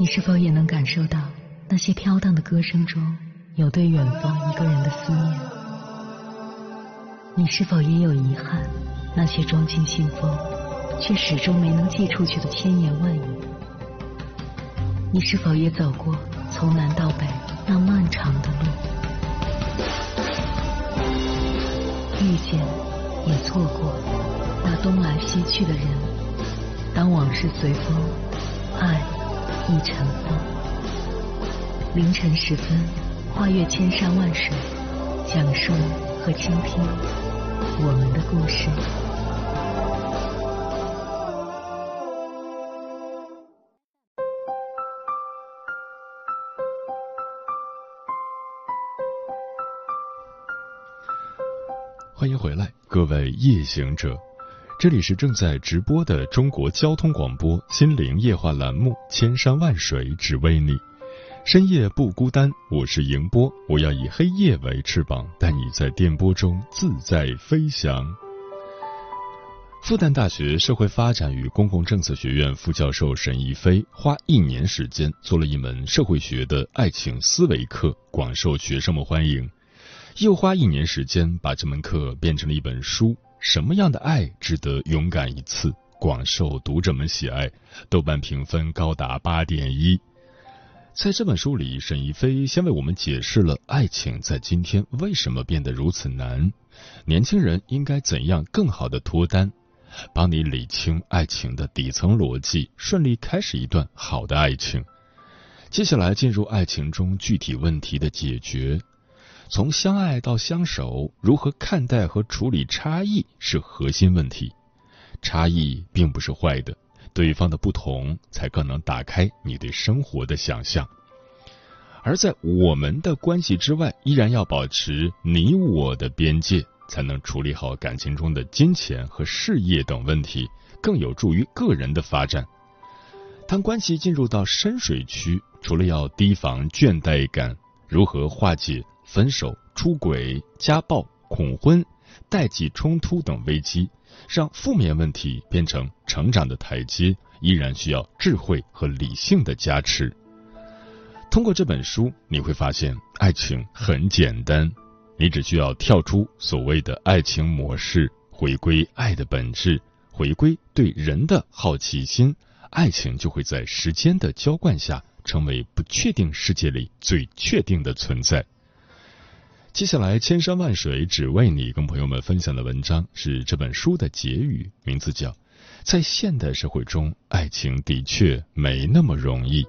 你是否也能感受到那些飘荡的歌声中有对远方一个人的思念？你是否也有遗憾，那些装进信封却始终没能寄出去的千言万语？你是否也走过从南到北那漫长的路？遇见也错过那东来西去的人，当往事随风，爱亦尘封。凌晨时分，跨越千山万水，讲述和倾听我们的故事。 欢迎回来，各位夜行者，这里是正在直播的中国交通广播心灵夜话栏目《千山万水只为你》，深夜不孤单，我是迎波，我要以黑夜为翅膀，带你在电波中自在飞翔。复旦大学社会发展与公共政策学院副教授沈一飞花1年时间做了一门社会学的爱情思维课，广受学生们欢迎。又花1年时间把这门课变成了一本书，什么样的爱值得勇敢一次，广受读者们喜爱，豆瓣评分高达8.1。在这本书里，沈一飞先为我们解释了爱情在今天为什么变得如此难，年轻人应该怎样更好的脱单，帮你理清爱情的底层逻辑，顺利开始一段好的爱情。接下来进入爱情中具体问题的解决，从相爱到相守，如何看待和处理差异是核心问题。差异并不是坏的，对方的不同才更能打开你对生活的想象。而在我们的关系之外，依然要保持你我的边界，才能处理好感情中的金钱和事业等问题，更有助于个人的发展。当关系进入到深水区，除了要提防倦怠感，如何化解分手、出轨、家暴、恐婚、代际冲突等危机，让负面问题变成成长的台阶，依然需要智慧和理性的加持。通过这本书，你会发现爱情很简单，你只需要跳出所谓的爱情模式，回归爱的本质，回归对人的好奇心，爱情就会在时间的浇灌下，成为不确定世界里最确定的存在。接下来千山万水只为你跟朋友们分享的文章是这本书的结语，名字叫在现代社会中，爱情的确没那么容易。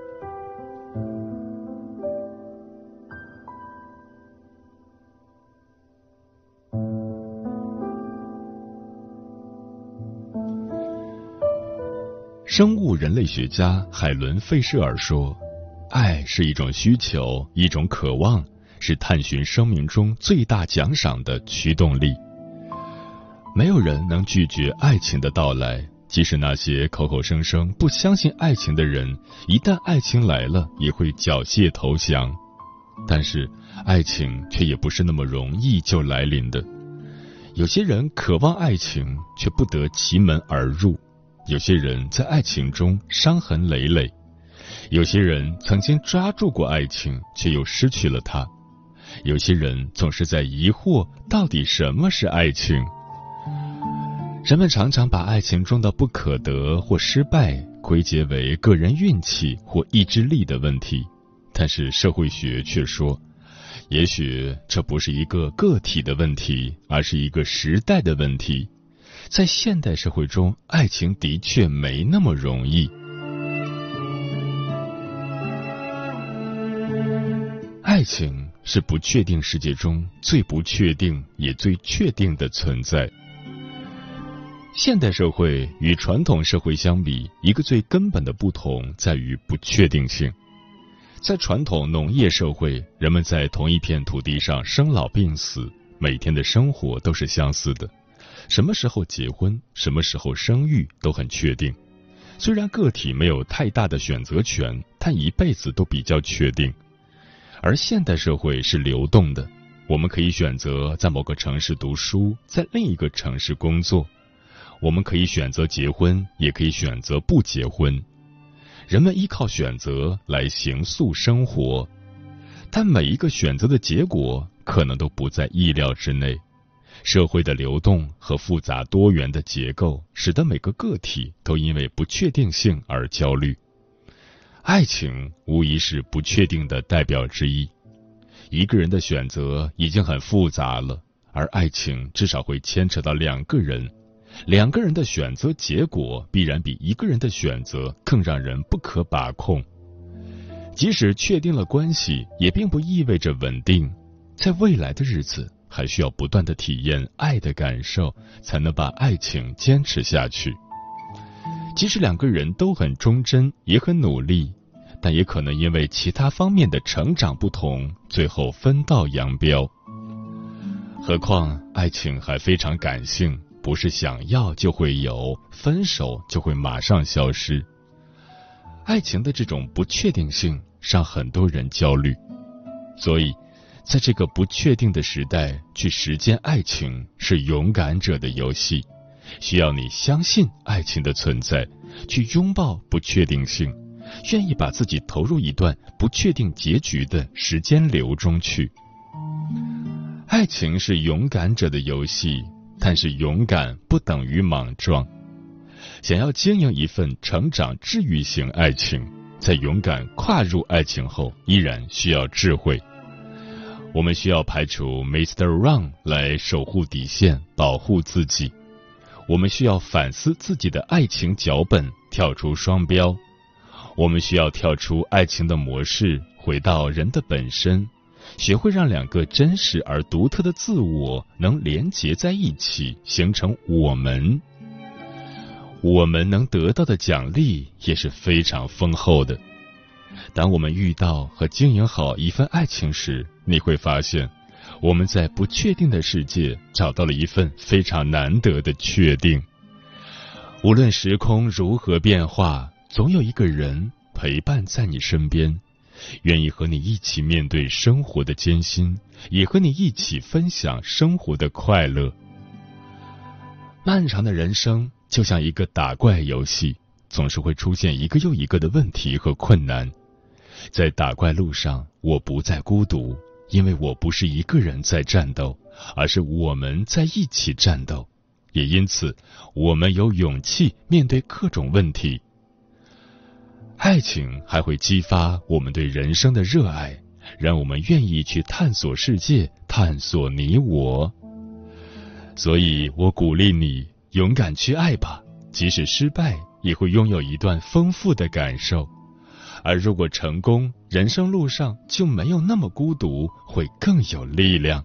生物人类学家海伦·费舍尔说，爱是一种需求，一种渴望，是探寻生命中最大奖赏的驱动力。没有人能拒绝爱情的到来，即使那些口口声声不相信爱情的人，一旦爱情来了，也会缴械投降。但是，爱情却也不是那么容易就来临的。有些人渴望爱情，却不得其门而入；有些人在爱情中伤痕累累；有些人曾经抓住过爱情，却又失去了它。有些人总是在疑惑，到底什么是爱情？人们常常把爱情中的不可得或失败归结为个人运气或意志力的问题，但是社会学却说，也许这不是一个个体的问题，而是一个时代的问题。在现代社会中，爱情的确没那么容易。爱情是不确定世界中最不确定也最确定的存在。现代社会与传统社会相比，一个最根本的不同在于不确定性。在传统农业社会，人们在同一片土地上生老病死，每天的生活都是相似的，什么时候结婚，什么时候生育都很确定。虽然个体没有太大的选择权，但一辈子都比较确定。而现代社会是流动的，我们可以选择在某个城市读书，在另一个城市工作。我们可以选择结婚，也可以选择不结婚。 人们依靠选择来形塑生活，但每一个选择的结果可能都不在意料之内。社会的流动和复杂多元的结构，使得每个个体都因为不确定性而焦虑。爱情无疑是不确定的代表之一。一个人的选择已经很复杂了，而爱情至少会牵扯到两个人，两个人的选择结果必然比一个人的选择更让人不可把控。即使确定了关系，也并不意味着稳定。在未来的日子，还需要不断的体验爱的感受，才能把爱情坚持下去。即使两个人都很忠贞，也很努力，但也可能因为其他方面的成长不同，最后分道扬镳。何况爱情还非常感性，不是想要就会有，分手就会马上消失。爱情的这种不确定性让很多人焦虑，所以在这个不确定的时代，去实践爱情是勇敢者的游戏，需要你相信爱情的存在，去拥抱不确定性，愿意把自己投入一段不确定结局的时间流中去。爱情是勇敢者的游戏，但是勇敢不等于莽撞。想要经营一份成长治愈型爱情，在勇敢跨入爱情后，依然需要智慧。我们需要排除 Mr. Wrong 来守护底线，保护自己。我们需要反思自己的爱情脚本，跳出双标。我们需要跳出爱情的模式，回到人的本身，学会让两个真实而独特的自我能连结在一起，形成我们。我们能得到的奖励也是非常丰厚的。当我们遇到和经营好一份爱情时，你会发现，我们在不确定的世界找到了一份非常难得的确定。无论时空如何变化，总有一个人陪伴在你身边，愿意和你一起面对生活的艰辛，也和你一起分享生活的快乐。漫长的人生就像一个打怪游戏，总是会出现一个又一个的问题和困难。在打怪路上，我不再孤独，因为我不是一个人在战斗，而是我们在一起战斗。也因此，我们有勇气面对各种问题。爱情还会激发我们对人生的热爱，让我们愿意去探索世界，探索你我。所以我鼓励你勇敢去爱吧，即使失败，也会拥有一段丰富的感受。而如果成功，人生路上就没有那么孤独，会更有力量。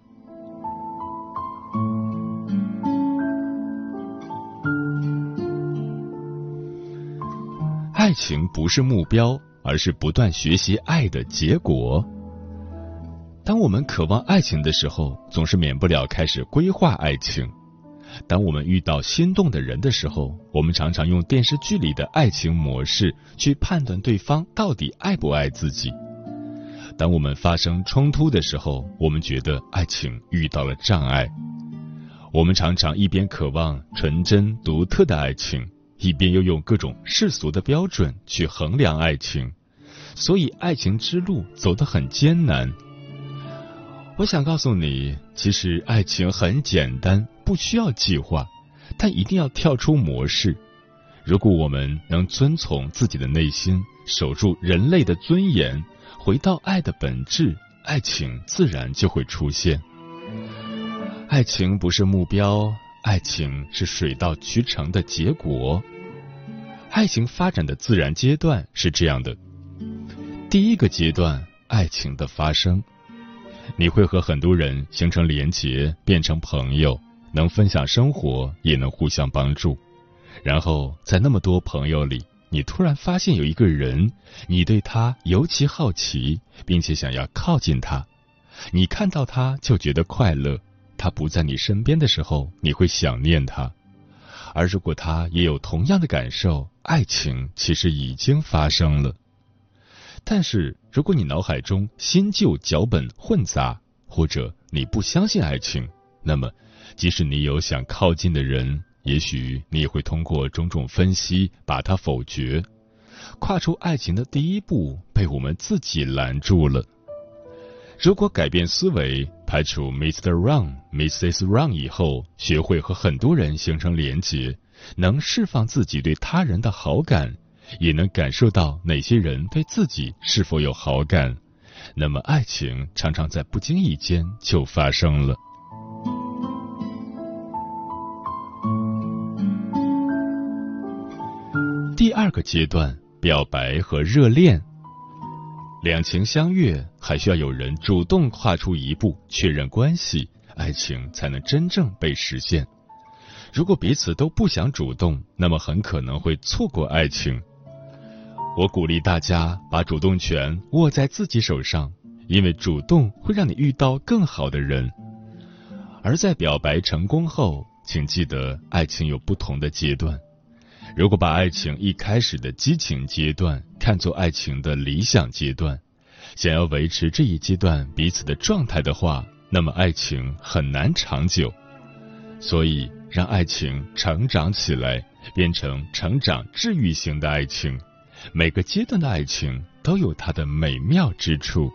爱情不是目标，而是不断学习爱的结果。当我们渴望爱情的时候，总是免不了开始规划爱情。当我们遇到心动的人的时候，我们常常用电视剧里的爱情模式去判断对方到底爱不爱自己。当我们发生冲突的时候，我们觉得爱情遇到了障碍。我们常常一边渴望纯真独特的爱情，一边又用各种世俗的标准去衡量爱情，所以爱情之路走得很艰难。我想告诉你，其实爱情很简单，不需要计划，但一定要跳出模式。如果我们能遵从自己的内心，守住人类的尊严，回到爱的本质，爱情自然就会出现。爱情不是目标，爱情是水到渠成的结果。爱情发展的自然阶段是这样的：第一个阶段，爱情的发生。你会和很多人形成连结，变成朋友，能分享生活，也能互相帮助。然后在那么多朋友里，你突然发现有一个人，你对他尤其好奇，并且想要靠近他。你看到他就觉得快乐，他不在你身边的时候，你会想念他。而如果他也有同样的感受，爱情其实已经发生了。但是如果你脑海中新旧脚本混杂，或者你不相信爱情，那么即使你有想靠近的人，也许你也会通过种种分析把它否决。 跨出爱情的第一步被我们自己拦住了。如果改变思维，排除 Mr. Wrong、Mrs. Wrong 以后，学会和很多人形成连结，能释放自己对他人的好感，也能感受到哪些人对自己是否有好感，那么爱情常常在不经意间就发生了。第二个阶段，表白和热恋。两情相悦，还需要有人主动跨出一步，确认关系，爱情才能真正被实现。如果彼此都不想主动，那么很可能会错过爱情。我鼓励大家把主动权握在自己手上，因为主动会让你遇到更好的人。而在表白成功后，请记得爱情有不同的阶段。如果把爱情一开始的激情阶段看作爱情的理想阶段，想要维持这一阶段彼此的状态的话，那么爱情很难长久。所以让爱情成长起来，变成成长治愈型的爱情，每个阶段的爱情都有它的美妙之处。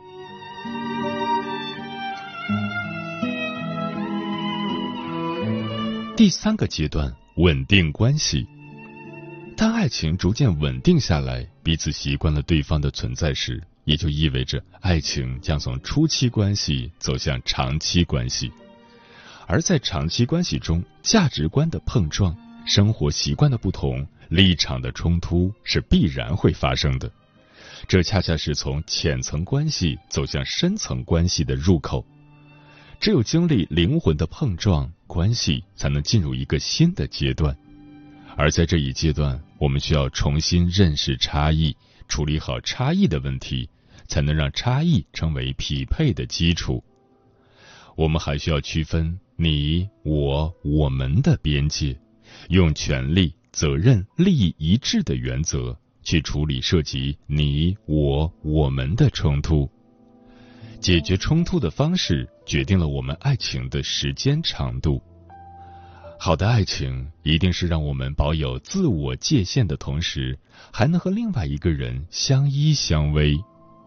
第三个阶段，稳定关系。当爱情逐渐稳定下来，彼此习惯了对方的存在时，也就意味着爱情将从初期关系走向长期关系。而在长期关系中，价值观的碰撞、生活习惯的不同、立场的冲突是必然会发生的。这恰恰是从浅层关系走向深层关系的入口。只有经历灵魂的碰撞，关系才能进入一个新的阶段。而在这一阶段，我们需要重新认识差异，处理好差异的问题，才能让差异成为匹配的基础。我们还需要区分你、我、我们的边界，用权利、责任、利益一致的原则去处理涉及你、我、我们的冲突。解决冲突的方式决定了我们爱情的时间长度。好的爱情一定是让我们保有自我界限的同时，还能和另外一个人相依相偎。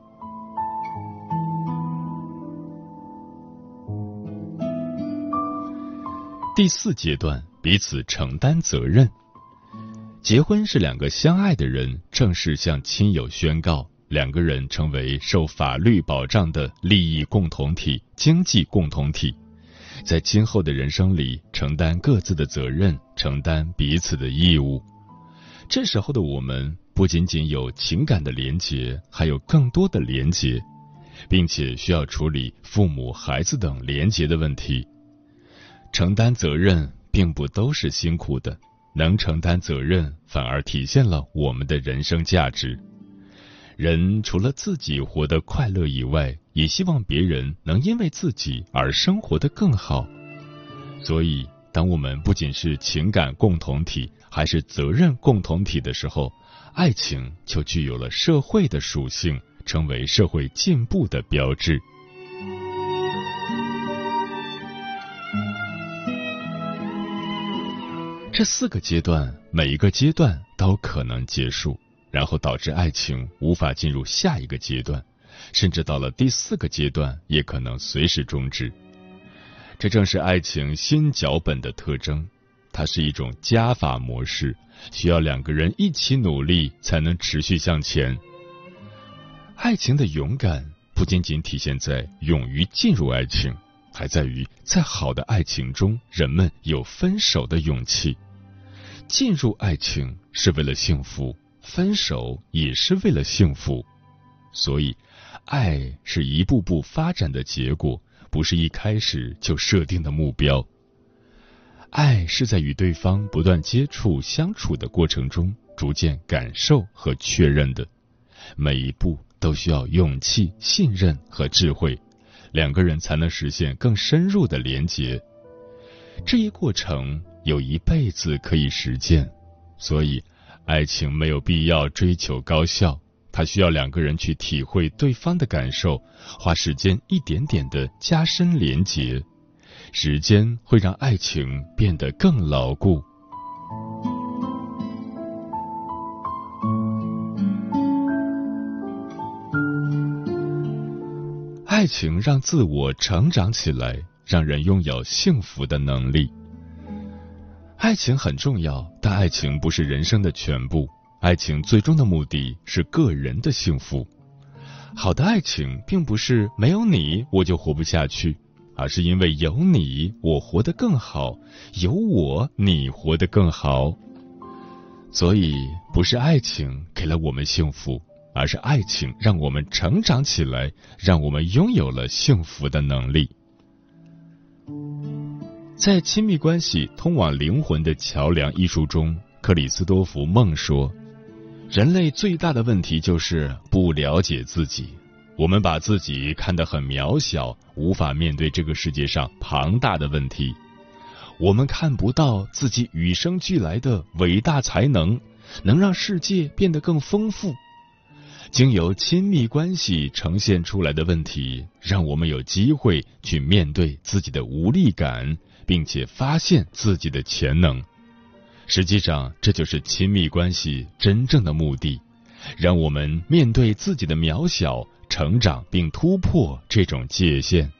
第四阶段，彼此承担责任。结婚是两个相爱的人正式向亲友宣告，两个人成为受法律保障的利益共同体、经济共同体。在今后的人生里，承担各自的责任，承担彼此的义务。这时候的我们不仅仅有情感的连结，还有更多的连结，并且需要处理父母、孩子等连结的问题。承担责任并不都是辛苦的，能承担责任反而体现了我们的人生价值。人除了自己活得快乐以外，也希望别人能因为自己而生活得更好。所以，当我们不仅是情感共同体，还是责任共同体的时候，爱情就具有了社会的属性，成为社会进步的标志。这四个阶段，每一个阶段都可能结束，然后导致爱情无法进入下一个阶段，甚至到了第四个阶段也可能随时终止。这正是爱情新脚本的特征，它是一种加法模式，需要两个人一起努力才能持续向前。爱情的勇敢不仅仅体现在勇于进入爱情，还在于在好的爱情中，人们有分手的勇气。进入爱情是为了幸福，分手也是为了幸福。所以爱是一步步发展的结果，不是一开始就设定的目标。爱是在与对方不断接触相处的过程中逐渐感受和确认的，每一步都需要勇气、信任和智慧，两个人才能实现更深入的连结。这一过程有一辈子可以实践，所以爱情没有必要追求高效，它需要两个人去体会对方的感受，花时间一点点的加深连结。时间会让爱情变得更牢固。 爱情让自我成长起来，让人拥有幸福的能力。爱情很重要，但爱情不是人生的全部。爱情最终的目的是个人的幸福。好的爱情并不是没有你我就活不下去，而是因为有你我活得更好，有我你活得更好。所以不是爱情给了我们幸福，而是爱情让我们成长起来，让我们拥有了幸福的能力。在《亲密关系通往灵魂的桥梁》一书中，克里斯多福·孟说，人类最大的问题就是不了解自己，我们把自己看得很渺小，无法面对这个世界上庞大的问题。我们看不到自己与生俱来的伟大才能，能让世界变得更丰富。经由亲密关系呈现出来的问题，让我们有机会去面对自己的无力感，并且发现自己的潜能。实际上，这就是亲密关系真正的目的，让我们面对自己的渺小，成长并突破这种界限。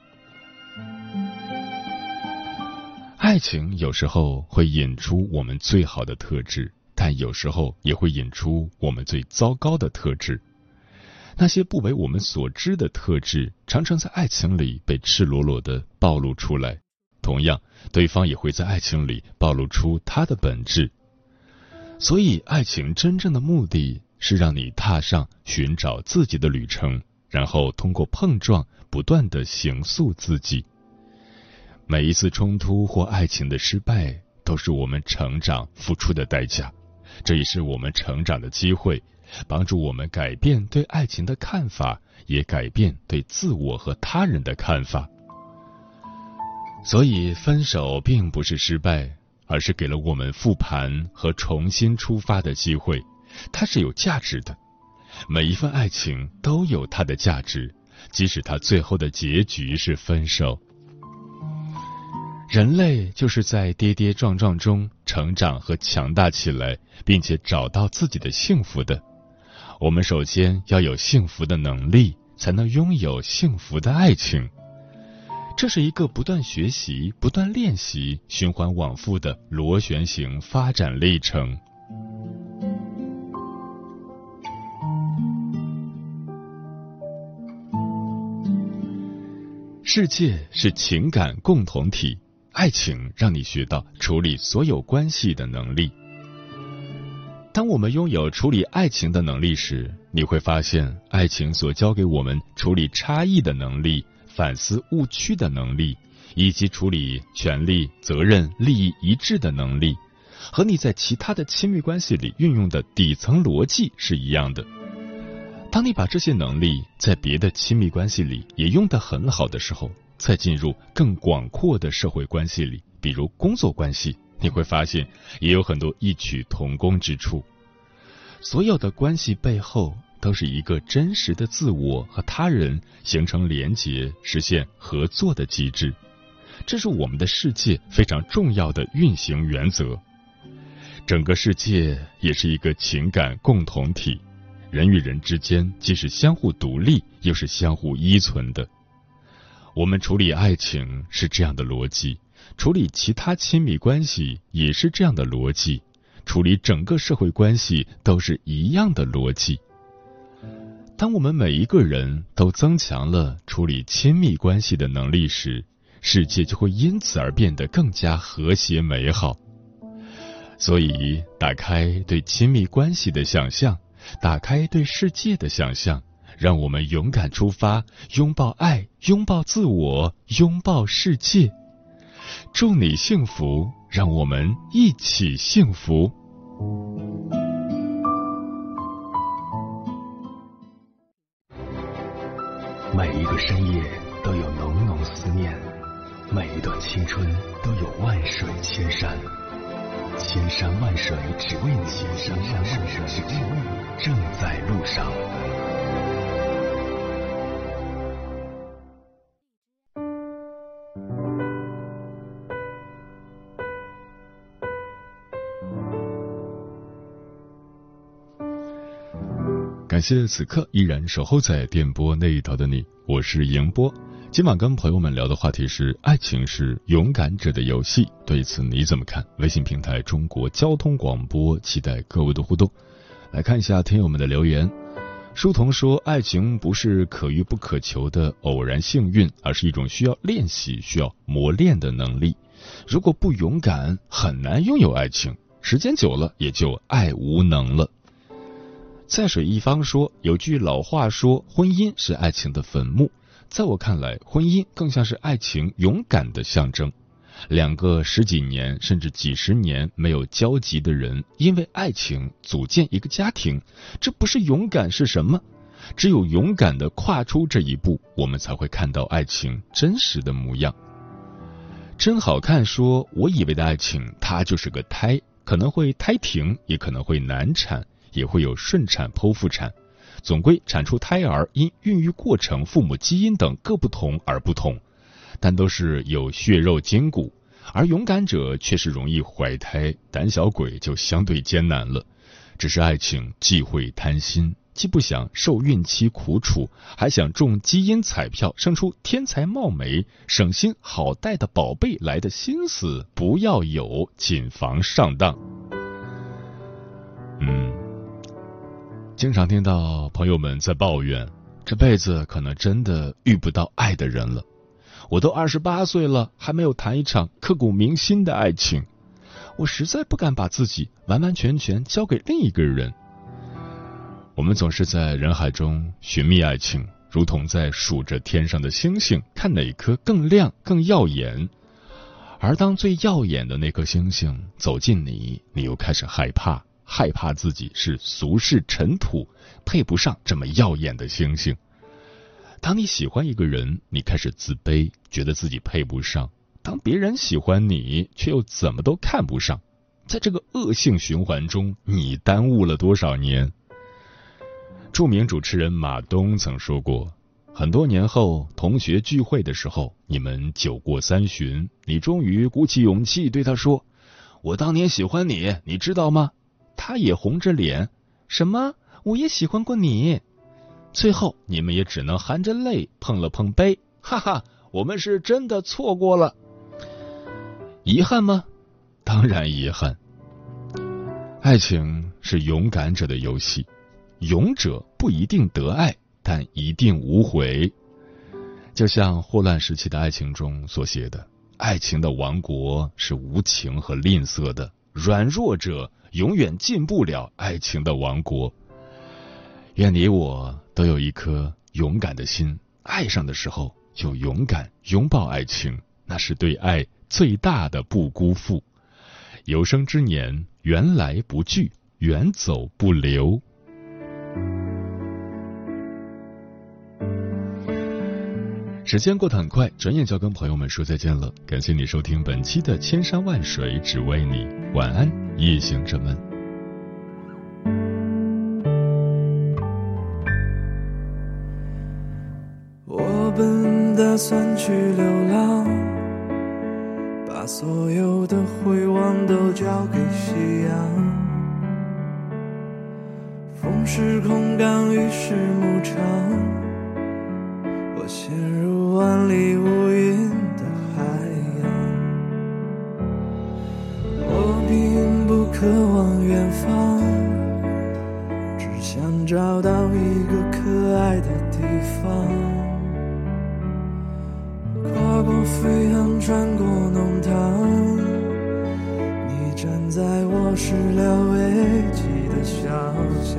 爱情有时候会引出我们最好的特质，但有时候也会引出我们最糟糕的特质。那些不为我们所知的特质，常常在爱情里被赤裸裸地暴露出来。同样，对方也会在爱情里暴露出他的本质。所以，爱情真正的目的是让你踏上寻找自己的旅程，然后通过碰撞不断地形塑自己。每一次冲突或爱情的失败，都是我们成长付出的代价，这也是我们成长的机会，帮助我们改变对爱情的看法，也改变对自我和他人的看法。所以分手并不是失败，而是给了我们复盘和重新出发的机会，它是有价值的。每一份爱情都有它的价值，即使它最后的结局是分手。人类就是在跌跌撞撞中成长和强大起来，并且找到自己的幸福的。我们首先要有幸福的能力，才能拥有幸福的爱情。这是一个不断学习、不断练习、循环往复的螺旋形发展历程。世界是情感共同体，爱情让你学到处理所有关系的能力。当我们拥有处理爱情的能力时，你会发现爱情所教给我们处理差异的能力、反思误区的能力，以及处理权利、责任、利益一致的能力，和你在其他的亲密关系里运用的底层逻辑是一样的。当你把这些能力在别的亲密关系里也用得很好的时候，再进入更广阔的社会关系里，比如工作关系，你会发现也有很多异曲同工之处。所有的关系背后都是一个真实的自我和他人形成连结，实现合作的机制。这是我们的世界非常重要的运行原则。整个世界也是一个情感共同体，人与人之间既是相互独立，又是相互依存的。我们处理爱情是这样的逻辑，处理其他亲密关系也是这样的逻辑，处理整个社会关系都是一样的逻辑。当我们每一个人都增强了处理亲密关系的能力时，世界就会因此而变得更加和谐美好。所以，打开对亲密关系的想象，打开对世界的想象，让我们勇敢出发，拥抱爱，拥抱自我，拥抱世界。祝你幸福，让我们一起幸福。 每一个深夜都有浓浓思念，每一段青春都有万水千山。千山万水只为你，千山万水只为你，正在路上。 感谢此刻依然守候在电波那一头的你，我是迎波。今晚跟朋友们聊的话题是爱情是勇敢者的游戏，对此你怎么看？微信平台中国交通广播，期待各位的互动。来看一下听友们的留言。书童说，爱情不是可遇不可求的偶然幸运，而是一种需要练习、需要磨练的能力。如果不勇敢，很难拥有爱情，时间久了也就爱无能了。在水一方说，有句老话说，婚姻是爱情的坟墓。在我看来，婚姻更像是爱情勇敢的象征。两个10几年甚至几十年没有交集的人，因为爱情组建一个家庭，这不是勇敢是什么？只有勇敢地跨出这一步，我们才会看到爱情真实的模样。真好看说，我以为的爱情它就是个胎，可能会胎停，也可能会难产，也会有顺产剖腹产，总归产出胎儿因孕育过程、父母基因等各不同而不同，但都是有血肉筋骨。而勇敢者却是容易怀胎，胆小鬼就相对艰难了。只是爱情忌讳贪心，既不想受孕期苦楚，还想中基因彩票生出天才貌美、省心好带的宝贝来的心思不要有，谨防上当。经常听到朋友们在抱怨，这辈子可能真的遇不到爱的人了。我都28岁了，还没有谈一场刻骨铭心的爱情，我实在不敢把自己完完全全交给另一个人。我们总是在人海中寻觅爱情，如同在数着天上的星星，看哪颗更亮更耀眼。而当最耀眼的那颗星星走近你，你又开始害怕自己是俗世尘土，配不上这么耀眼的星星。当你喜欢一个人，你开始自卑，觉得自己配不上；当别人喜欢你，却又怎么都看不上。在这个恶性循环中，你耽误了多少年？著名主持人马东曾说过，很多年后，同学聚会的时候，你们酒过三巡，你终于鼓起勇气对他说，我当年喜欢你，你知道吗？他也红着脸，什么？我也喜欢过你。最后你们也只能含着泪碰了碰杯，哈哈，我们是真的错过了。遗憾吗？当然遗憾。爱情是勇敢者的游戏，勇者不一定得爱，但一定无悔。就像霍乱时期的爱情中所写的，爱情的王国是无情和吝啬的，软弱者永远进不了爱情的王国。愿你我都有一颗勇敢的心，爱上的时候就勇敢拥抱爱情，那是对爱最大的不辜负。有生之年，缘来不拒，远走不留。时间过得很快，转眼就要跟朋友们说再见了。感谢你收听本期的千山万水只为你，晚安，夜行者们。 我本打算去流浪，把所有的回望都交给夕阳。风是空港，雨是牧场，我陷入万里无云的海洋。我并不渴望远方，只想找到一个可爱的地方。跨过飞航，穿过弄堂，你站在我始料未及的小巷。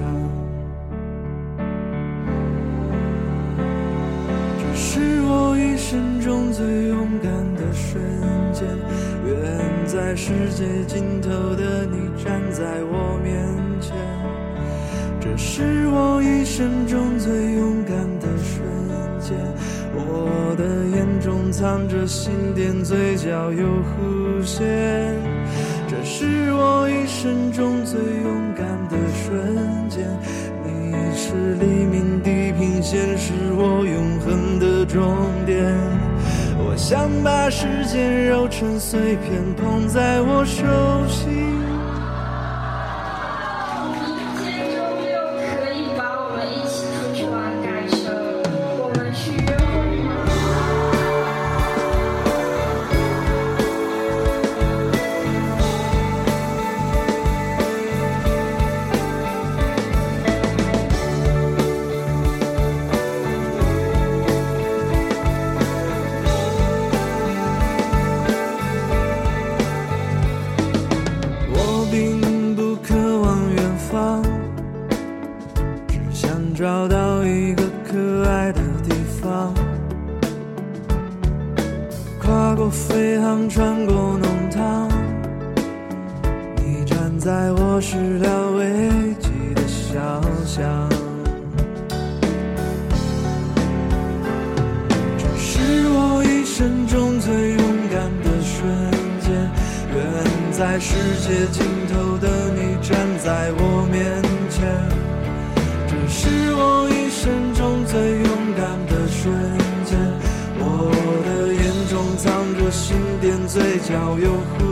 这是我一生中最勇敢的瞬间，远在世界尽头的你站在我面前。这是我一生中最勇敢的瞬间，我的眼中藏着心电，嘴角有弧线。这是我一生中最勇敢的瞬间，你是黎明地平线，是我永恒的终点。我想把时间揉成碎片，捧在我手心。 明天周六可以把我们找到一个可爱的地方，跨过飞航，穿过弄堂，你站在我始料未及的小巷。这是我一生中最勇敢的瞬间，远在世界尽头的你站在我面前。这是我一生中最勇敢的瞬间，我的眼中藏着心电，嘴角有